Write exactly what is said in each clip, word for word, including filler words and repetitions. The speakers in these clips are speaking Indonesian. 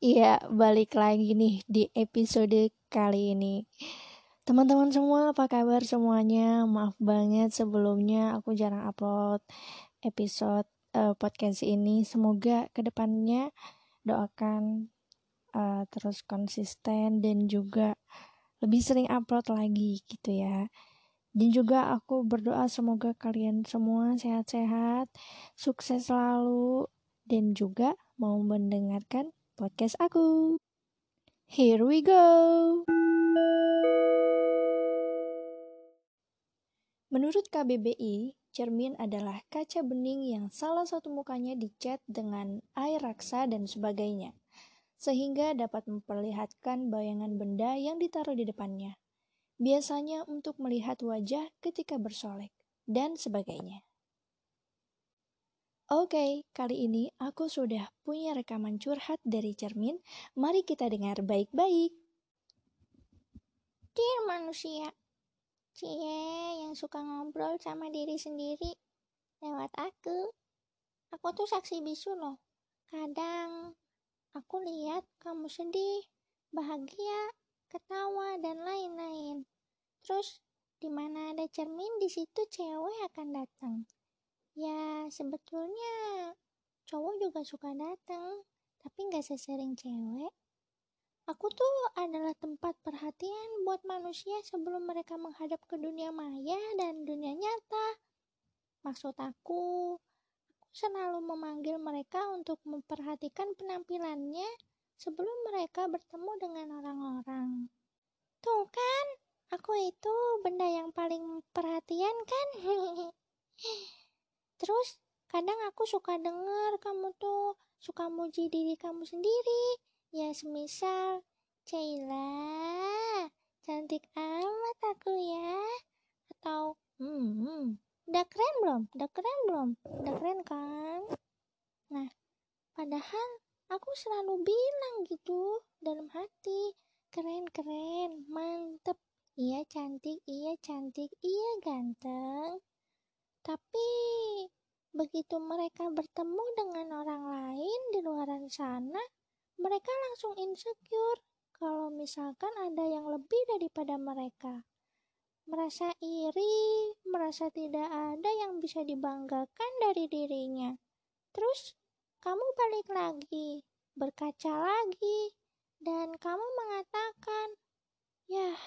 Iya, balik lagi nih di episode kali ini. Teman-teman semua, apa kabar semuanya? Maaf banget sebelumnya aku jarang upload episode uh, podcast ini. Semoga kedepannya doakan uh, terus konsisten dan juga lebih sering upload lagi gitu ya. Dan juga aku berdoa semoga kalian semua sehat-sehat, sukses selalu, dan juga mau mendengarkan podcast aku. Here we go. Menurut K B B I, cermin adalah kaca bening yang salah satu mukanya dicat dengan air raksa dan sebagainya, sehingga dapat memperlihatkan bayangan benda yang ditaruh di depannya. Biasanya untuk melihat wajah ketika bersolek, dan sebagainya. Oke, kali ini aku sudah punya rekaman curhat dari cermin. Mari kita dengar baik-baik. Dear manusia, cie yang suka ngobrol sama diri sendiri lewat aku. Aku tuh saksi bisu loh. Kadang aku lihat kamu sedih, bahagia, ketawa, dan lain-lain. Terus di mana ada cermin, di situ cewek akan datang. Ya sebetulnya cowok juga suka datang, tapi nggak sesering cewek. Aku tuh adalah tempat perhatian buat manusia sebelum mereka menghadap ke dunia maya dan dunia nyata. Maksud aku, aku selalu memanggil mereka untuk memperhatikan penampilannya sebelum mereka bertemu dengan orang-orang. Tuh kan, aku itu benda yang paling perhatian kan? Terus, kadang aku suka denger kamu tuh suka muji diri kamu sendiri. Ya semisal, Cailah, cantik amat aku ya. Atau, hmm, hmm, udah keren belum? Udah keren belum? Udah keren kan? Nah, padahal aku selalu bilang gitu dalam hati. Keren-keren, mantep. Iya cantik, iya cantik, iya ganteng. Tapi begitu mereka bertemu dengan orang lain di luar sana, mereka langsung insecure kalau misalkan ada yang lebih daripada mereka. Merasa iri, merasa tidak ada yang bisa dibanggakan dari dirinya. Terus kamu balik lagi, berkaca lagi, dan kamu mengatakan, "Yah,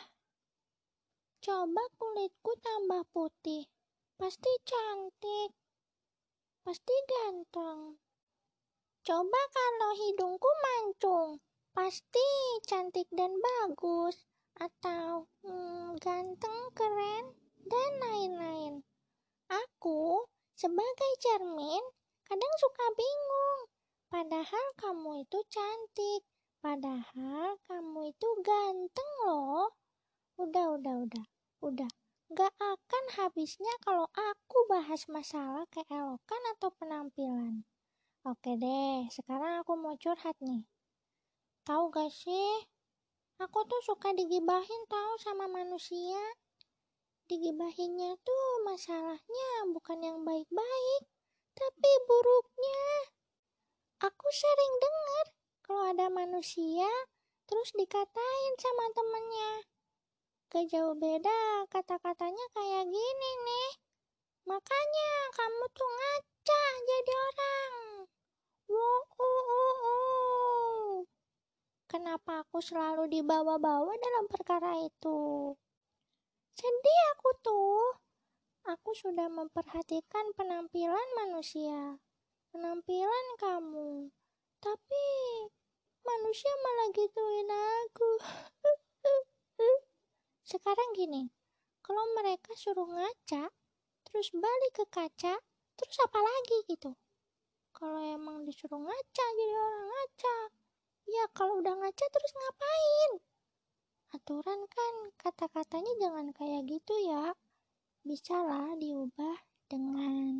coba kulitku tambah putih, pasti cantik, pasti ganteng. Coba kalau hidungku mancung, pasti cantik dan bagus, atau hmm, ganteng, keren, dan lain-lain." Aku sebagai cermin kadang suka bingung. Padahal kamu itu cantik, padahal kamu itu ganteng loh. Udah, udah, udah, udah. Gak akan habisnya kalau aku bahas masalah keelokan atau penampilan. Oke deh, sekarang aku mau curhat nih. Tahu gak sih, aku tuh suka digibahin tahu sama manusia. Digibahinnya tuh masalahnya bukan yang baik-baik, tapi buruknya. Aku sering dengar kalau ada manusia terus dikatain sama temennya. Gak jauh beda kata-katanya kayak gini nih. Makanya kamu tuh ngaca jadi orang. Wow, uh, uh, uh. Kenapa aku selalu dibawa-bawa dalam perkara itu? Sedih aku tuh. Aku sudah memperhatikan penampilan manusia, penampilan kamu. Tapi manusia malah gituin aku. Sekarang gini, kalau mereka suruh ngaca, terus balik ke kaca, terus apa lagi gitu? Kalau emang disuruh ngaca jadi orang ngaca, ya kalau udah ngaca terus ngapain? Aturan kan kata-katanya jangan kayak gitu ya. Bisalah diubah dengan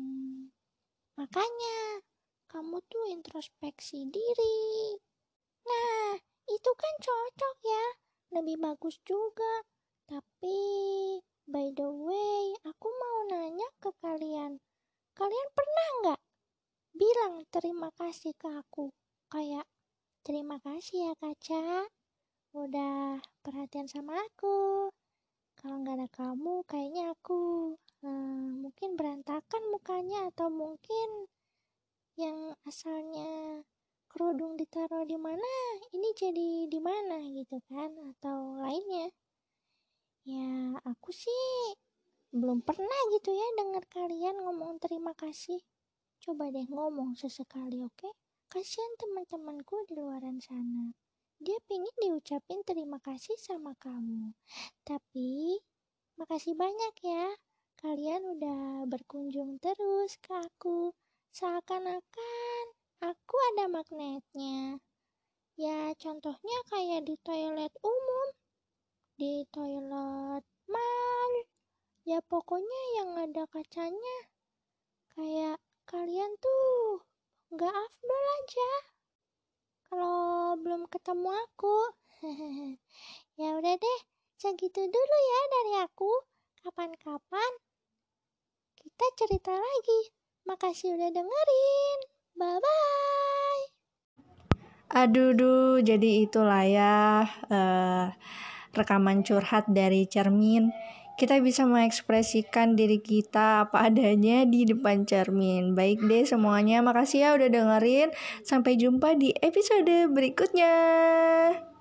makanya kamu tuh introspeksi diri. Nah, itu kan cocok ya. Lebih bagus juga. Tapi by the way, aku mau nanya ke kalian. Kalian pernah nggak bilang terima kasih ke aku? Kayak Terima kasih ya Kaca, udah perhatian sama aku. Kalau nggak ada kamu, kayaknya aku hmm, mungkin berantakan mukanya, atau mungkin yang asalnya kerudung ditaruh di mana, ini jadi di mana gitu kan, atau lainnya. Ya, aku sih belum pernah gitu ya dengar kalian ngomong terima kasih. Coba deh ngomong sesekali, oke? Okay? Kasihan teman-temanku di luaran sana. Dia pingin diucapin terima kasih sama kamu. Tapi, makasih banyak ya. Kalian udah berkunjung terus ke aku. Seakan-akan aku ada magnetnya. Ya, contohnya kayak di toilet umum, di toilet mall. Ya, pokoknya yang ada kacanya. Kayak kalian tuh gak afdol aja kalau belum ketemu aku. Ya udah deh, segitu dulu ya dari aku. Kapan-kapan kita cerita lagi. Makasih udah dengerin. Bye-bye. Aduh, duh, jadi itulah ya uh, rekaman curhat dari cermin. Kita bisa mengekspresikan diri kita apa adanya di depan cermin. Baik deh semuanya, makasih ya udah dengerin. Sampai jumpa di episode berikutnya.